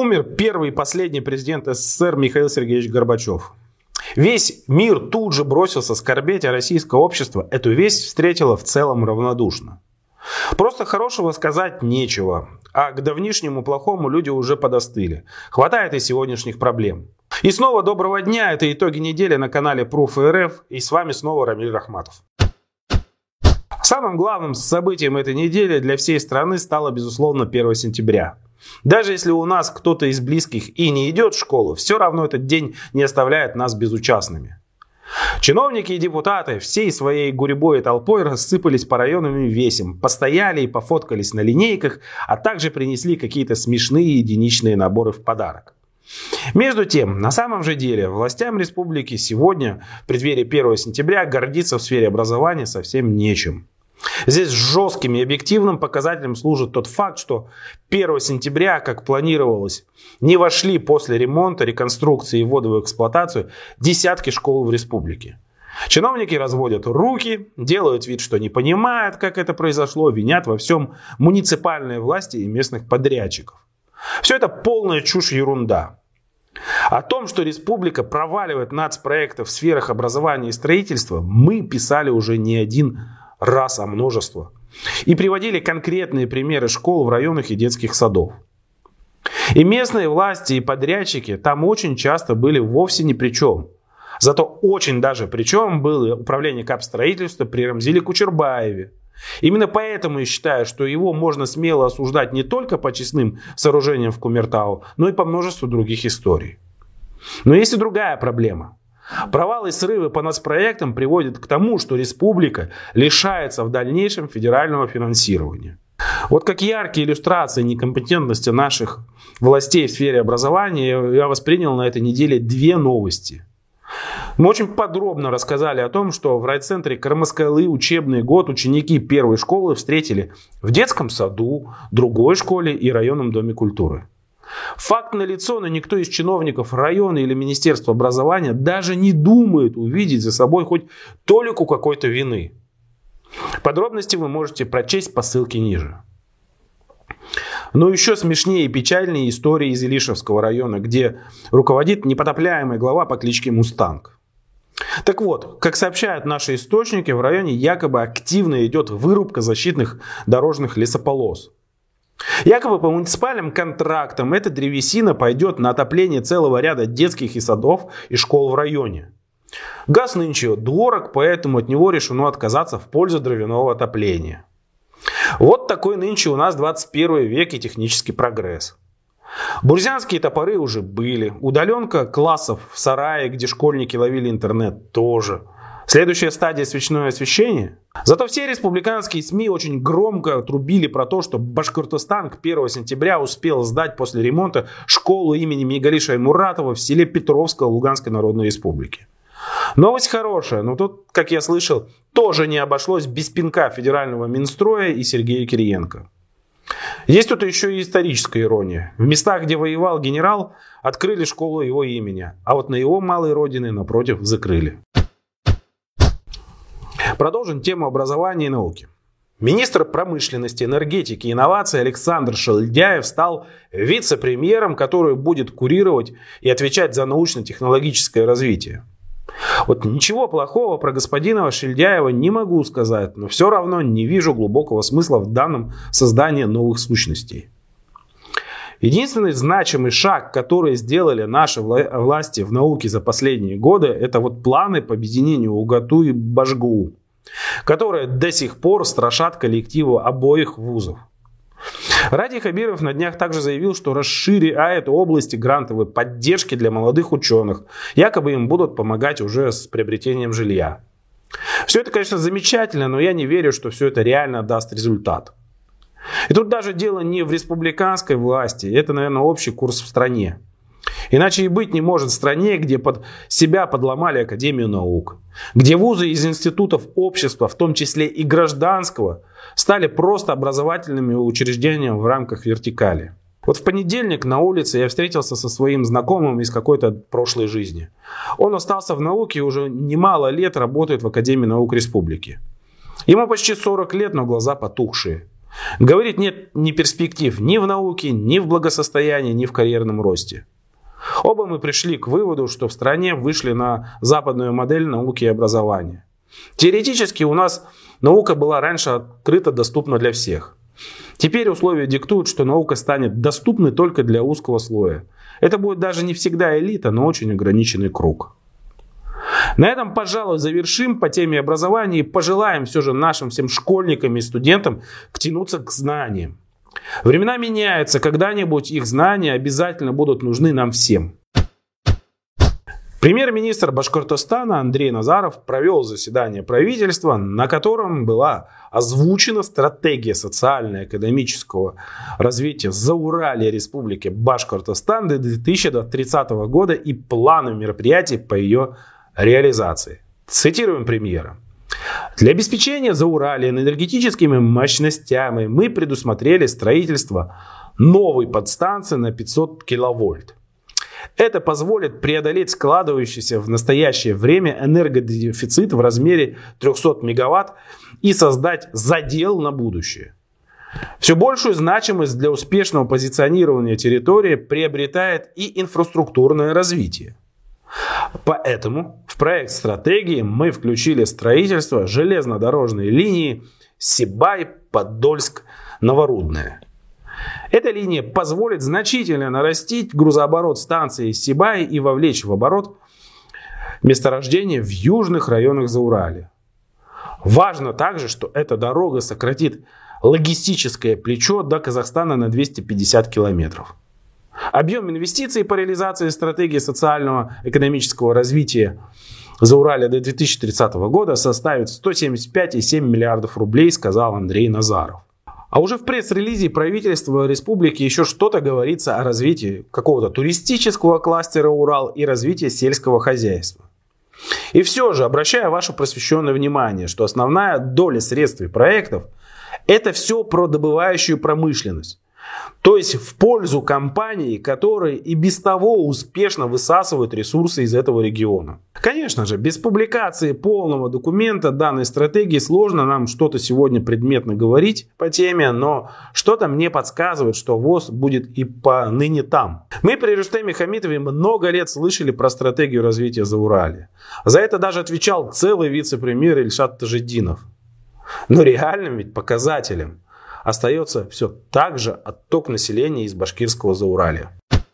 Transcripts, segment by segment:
Умер первый и последний президент СССР Михаил Сергеевич Горбачев. Весь мир тут же бросился скорбеть, а российское общество эту весть встретило в целом равнодушно. Просто хорошего сказать нечего, а к давнишнему плохому люди уже подостыли. Хватает и сегодняшних проблем. И снова доброго дня, это итоги недели на канале Proof.РФ, и с вами снова Рамиль Рахматов. Самым главным событием этой недели для всей страны стало, безусловно, 1 сентября. Даже если у нас кто-то из близких и не идет в школу, все равно этот день не оставляет нас безучастными. Чиновники и депутаты всей своей гурьбой и толпой рассыпались по районам и весям, постояли и пофоткались на линейках, а также принесли какие-то смешные единичные наборы в подарок. Между тем, на самом же деле, властям республики сегодня, в преддверии 1 сентября, гордиться в сфере образования совсем нечем. Здесь жестким и объективным показателем служит тот факт, что 1 сентября, как планировалось, не вошли после ремонта, реконструкции и ввода в эксплуатацию десятки школ в республике. Чиновники разводят руки, делают вид, что не понимают, как это произошло, винят во всем муниципальные власти и местных подрядчиков. Все это полная чушь и ерунда. О том, что республика проваливает нацпроекты в сферах образования и строительства, мы писали уже не один раз, а множество. И приводили конкретные примеры школ в районах и детских садов. И местные власти и подрядчики там очень часто были вовсе ни при чем. Зато очень даже при чем было управление капстроительства при Рамзиле Кучербаеве. Именно поэтому я считаю, что его можно смело осуждать не только по честным сооружениям в Кумертау, но и по множеству других историй. Но есть и другая проблема. Провалы и срывы по нацпроектам приводят к тому, что республика лишается в дальнейшем федерального финансирования. Вот как яркие иллюстрации некомпетентности наших властей в сфере образования я воспринял на этой неделе две новости. Мы очень подробно рассказали о том, что в райцентре Кармаскалы учебный год ученики первой школы встретили в детском саду, другой школе и районном доме культуры. Факт налицо, но никто из чиновников района или Министерства образования даже не думает увидеть за собой хоть толику какой-то вины. Подробности вы можете прочесть по ссылке ниже. Но еще смешнее и печальнее истории из Илишевского района, где руководит непотопляемый глава по кличке Мустанг. Так вот, как сообщают наши источники, в районе якобы активно идет вырубка защитных дорожных лесополос. Якобы по муниципальным контрактам эта древесина пойдет на отопление целого ряда детских и садов и школ в районе. Газ нынче дорог, поэтому от него решено отказаться в пользу дровяного отопления. Вот такой нынче у нас 21 век и технический прогресс. Бурзянские топоры уже были. Удаленка классов в сарае, где школьники ловили интернет, тоже. Следующая стадия — свечное освещение. Зато все республиканские СМИ очень громко трубили про то, что Башкортостан к 1 сентября успел сдать после ремонта школу имени Мигалиша Аймуратова в селе Петровского Луганской Народной Республики. Новость хорошая, но тут, как я слышал, тоже не обошлось без пинка федерального Минстроя и Сергея Кириенко. Есть тут еще и историческая ирония. В местах, где воевал генерал, открыли школу его имени, а вот на его малой родине, напротив, закрыли. Продолжим тему образования и науки. Министр промышленности, энергетики и инноваций Александр Шильдяев стал вице-премьером, который будет курировать и отвечать за научно-технологическое развитие. Вот ничего плохого про господина Шильдяева не могу сказать, но все равно не вижу глубокого смысла в данном создании новых сущностей. Единственный значимый шаг, который сделали наши власти в науке за последние годы, это вот планы по объединению УГАТУ и БашГУ, которые до сих пор страшат коллективу обоих вузов. Ради Хабиров на днях также заявил, что расширяет области грантовой поддержки для молодых ученых. Якобы им будут помогать уже с приобретением жилья. Все это, конечно, замечательно, но я не верю, что все это реально даст результат. И тут даже дело не в республиканской власти, это, наверное, общий курс в стране. Иначе и быть не может в стране, где под себя подломали Академию наук, где вузы из институтов общества, в том числе и гражданского, стали просто образовательными учреждениями в рамках вертикали. Вот в понедельник на улице я встретился со своим знакомым из какой-то прошлой жизни. Он остался в науке и уже немало лет работает в Академии наук республики. Ему почти 40 лет, но глаза потухшие. Говорит, нет ни перспектив ни в науке, ни в благосостоянии, ни в карьерном росте. Оба мы пришли к выводу, что в стране вышли на западную модель науки и образования. Теоретически у нас наука была раньше открыто доступна для всех. Теперь условия диктуют, что наука станет доступной только для узкого слоя. Это будет даже не всегда элита, но очень ограниченный круг. На этом, пожалуй, завершим по теме образования и пожелаем все же нашим всем школьникам и студентам тянуться к знаниям. Времена меняются, когда-нибудь их знания обязательно будут нужны нам всем. Премьер-министр Башкортостана Андрей Назаров провел заседание правительства, на котором была озвучена стратегия социально-экономического развития Зауралья Республики Башкортостан до 2030 года и планы мероприятий по ее реализации. Цитируем премьера. Для обеспечения Зауралья энергетическими мощностями мы предусмотрели строительство новой подстанции на 500 киловольт. Это позволит преодолеть складывающийся в настоящее время энергодефицит в размере 300 мегаватт и создать задел на будущее. Все большую значимость для успешного позиционирования территории приобретает и инфраструктурное развитие. Поэтому в проект стратегии мы включили строительство железнодорожной линии Сибай-Подольск-Новорудная. Эта линия позволит значительно нарастить грузооборот станции Сибай и вовлечь в оборот месторождения в южных районах Зауралья. Важно также, что эта дорога сократит логистическое плечо до Казахстана на 250 километров. Объем инвестиций по реализации стратегии социального экономического развития Зауралья до 2030 года составит 175,7 миллиардов рублей, сказал Андрей Назаров. А уже в пресс-релизе правительства республики еще что-то говорится о развитии какого-то туристического кластера Урал и развитии сельского хозяйства. И все же, обращаю ваше просвещенное внимание, что основная доля средств и проектов – это все про добывающую промышленность. То есть в пользу компаний, которые и без того успешно высасывают ресурсы из этого региона. Конечно же, без публикации полного документа данной стратегии сложно нам что-то сегодня предметно говорить по теме, но что-то мне подсказывает, что ВОЗ будет и поныне там. Мы при Рустеме Хамитове много лет слышали про стратегию развития Зауралья. За это даже отвечал целый вице-премьер Ильшат Тажиддинов. Но реальным ведь показателем остается все так же отток населения из башкирского Зауралья.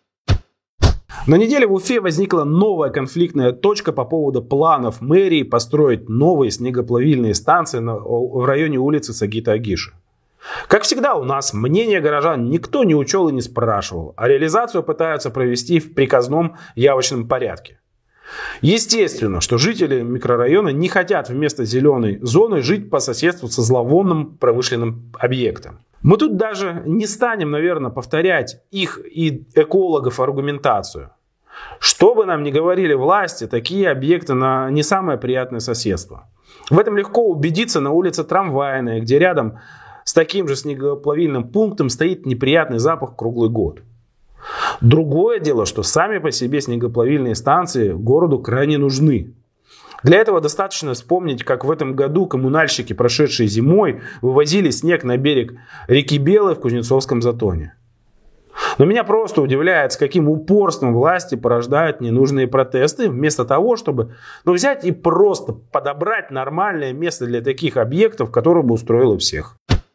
На неделе в Уфе возникла новая конфликтная точка по поводу планов мэрии построить новые снегоплавильные станции в районе улицы Сагита Агиши. Как всегда у нас мнение горожан никто не учел и не спрашивал, а реализацию пытаются провести в приказном явочном порядке. Естественно, что жители микрорайона не хотят вместо зеленой зоны жить по соседству со зловонным промышленным объектом. Мы тут даже не станем, наверное, повторять их и экологов аргументацию. Что бы нам ни говорили власти, такие объекты не самое приятное соседство. В этом легко убедиться на улице Трамвайная, где рядом с таким же снегоплавильным пунктом стоит неприятный запах круглый год. Другое дело, что сами по себе снегоплавильные станции городу крайне нужны. Для этого достаточно вспомнить, как в этом году коммунальщики, прошедшие зимой, вывозили снег на берег реки Белой в Кузнецовском затоне. Но меня просто удивляет, с каким упорством власти порождают ненужные протесты, вместо того, чтобы взять и просто подобрать нормальное место для таких объектов, которое бы устроило всех.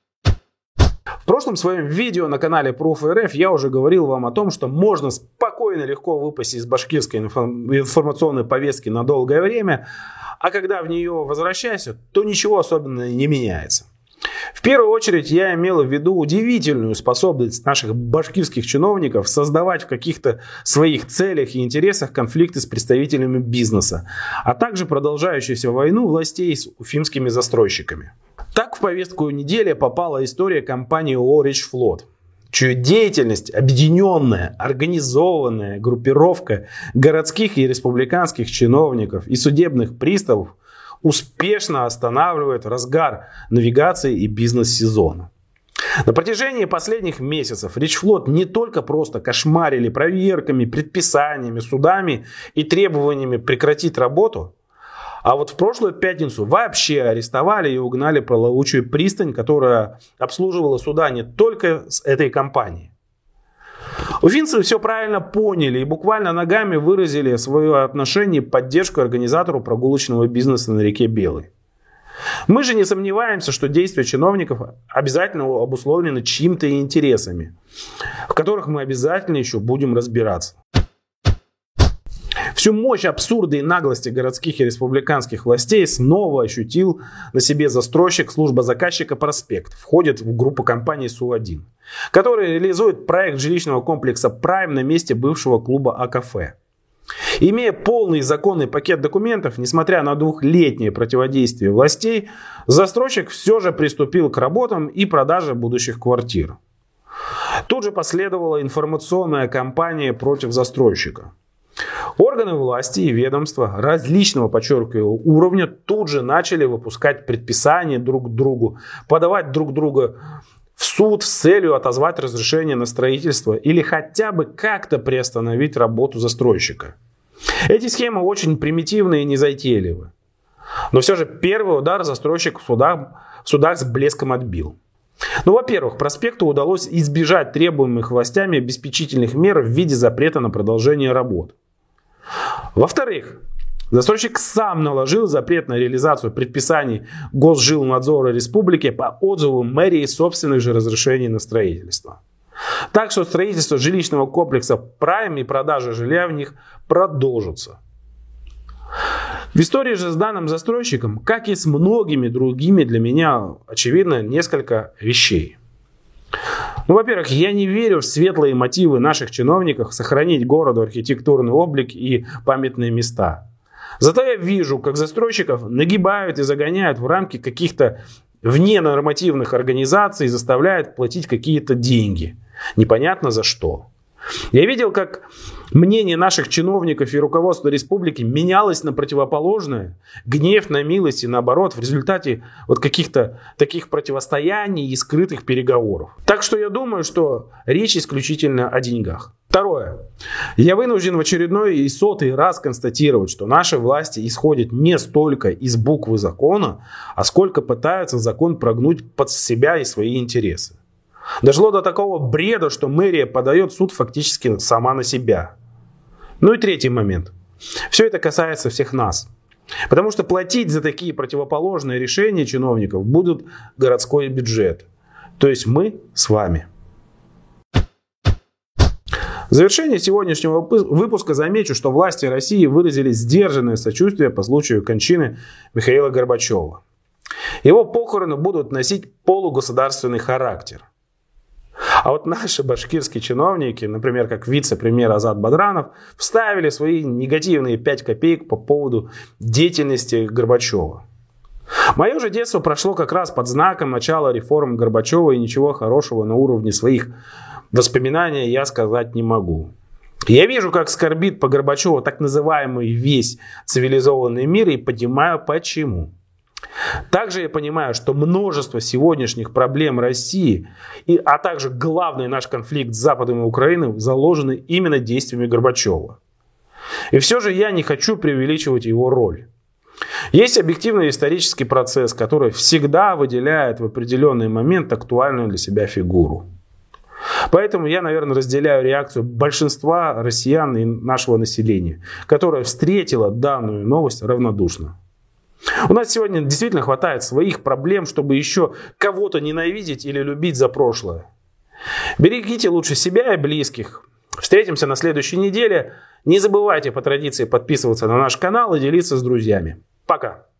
В прошлом своем видео на канале Proof.rf я уже говорил вам о том, что можно спокойно и легко выпасть из башкирской информационной повестки на долгое время, а когда в нее возвращаешься, то ничего особенного не меняется. В первую очередь я имел в виду удивительную способность наших башкирских чиновников создавать в каких-то своих целях и интересах конфликты с представителями бизнеса, а также продолжающуюся войну властей с уфимскими застройщиками. Так в повестку недели попала история компании ООО «Речфлот», чью деятельность объединенная, организованная группировка городских и республиканских чиновников и судебных приставов успешно останавливает разгар навигации и бизнес-сезона. На протяжении последних месяцев Речфлот не только просто кошмарили проверками, предписаниями, судами и требованиями прекратить работу, А вот в прошлую пятницу вообще арестовали и угнали плавучую пристань, которая обслуживала суда не только с этой компанией. Уфимцы все правильно поняли и буквально ногами выразили свое отношение и поддержку организатору прогулочного бизнеса на реке Белой. Мы же не сомневаемся, что действия чиновников обязательно обусловлены чьими-то интересами, в которых мы обязательно еще будем разбираться. Всю мощь абсурда и наглости городских и республиканских властей снова ощутил на себе застройщик служба заказчика «Проспект». Входит в группу компаний СУ-1, которая реализует проект жилищного комплекса «Прайм» на месте бывшего клуба «А-кафе». Имея полный законный пакет документов, несмотря на двухлетнее противодействие властей, застройщик все же приступил к работам и продаже будущих квартир. Тут же последовала информационная кампания против застройщика. Органы власти и ведомства различного, подчеркиваю, уровня тут же начали выпускать предписания друг другу, подавать друг друга в суд с целью отозвать разрешение на строительство или хотя бы как-то приостановить работу застройщика. Эти схемы очень примитивны и незатейливы. Но все же первый удар застройщик в судах с блеском отбил. Во-первых, проспекту удалось избежать требуемых властями обеспечительных мер в виде запрета на продолжение работ. Во-вторых, застройщик сам наложил запрет на реализацию предписаний Госжилнадзора Республики по отзыву мэрии собственных же разрешений на строительство. Так что строительство жилищного комплекса «Прайм» и продажа жилья в них продолжится. В истории же с данным застройщиком, как и с многими другими, для меня очевидно несколько вещей. Во-первых, я не верю в светлые мотивы наших чиновников сохранить городу архитектурный облик и памятные места. Зато я вижу, как застройщиков нагибают и загоняют в рамки каких-то вненормативных организаций и заставляют платить какие-то деньги. Непонятно за что. Я видел, как мнение наших чиновников и руководства республики менялось на противоположное. Гнев на милость и наоборот в результате каких-то таких противостояний и скрытых переговоров. Так что я думаю, что речь исключительно о деньгах. Второе. Я вынужден в очередной и 100-й раз констатировать, что наши власти исходят не столько из буквы закона, а сколько пытаются закон прогнуть под себя и свои интересы. Дошло до такого бреда, что мэрия подает в суд фактически сама на себя. И третий момент. Все это касается всех нас. Потому что платить за такие противоположные решения чиновников будут городской бюджет. То есть мы с вами. В завершение сегодняшнего выпуска замечу, что власти России выразили сдержанное сочувствие по случаю кончины Михаила Горбачева. Его похороны будут носить полугосударственный характер. А наши башкирские чиновники, например, как вице-премьер Азат Бадранов, вставили свои негативные 5 копеек по поводу деятельности Горбачева. Мое же детство прошло как раз под знаком начала реформ Горбачева, и ничего хорошего на уровне своих воспоминаний я сказать не могу. Я вижу, как скорбит по Горбачеву так называемый весь цивилизованный мир, и понимаю почему. Также я понимаю, что множество сегодняшних проблем России, а также главный наш конфликт с Западом и Украиной заложены именно действиями Горбачева. И все же я не хочу преувеличивать его роль. Есть объективный исторический процесс, который всегда выделяет в определенный момент актуальную для себя фигуру. Поэтому я, наверное, разделяю реакцию большинства россиян и нашего населения, которое встретило данную новость равнодушно. У нас сегодня действительно хватает своих проблем, чтобы еще кого-то ненавидеть или любить за прошлое. Берегите лучше себя и близких. Встретимся на следующей неделе. Не забывайте по традиции подписываться на наш канал и делиться с друзьями. Пока!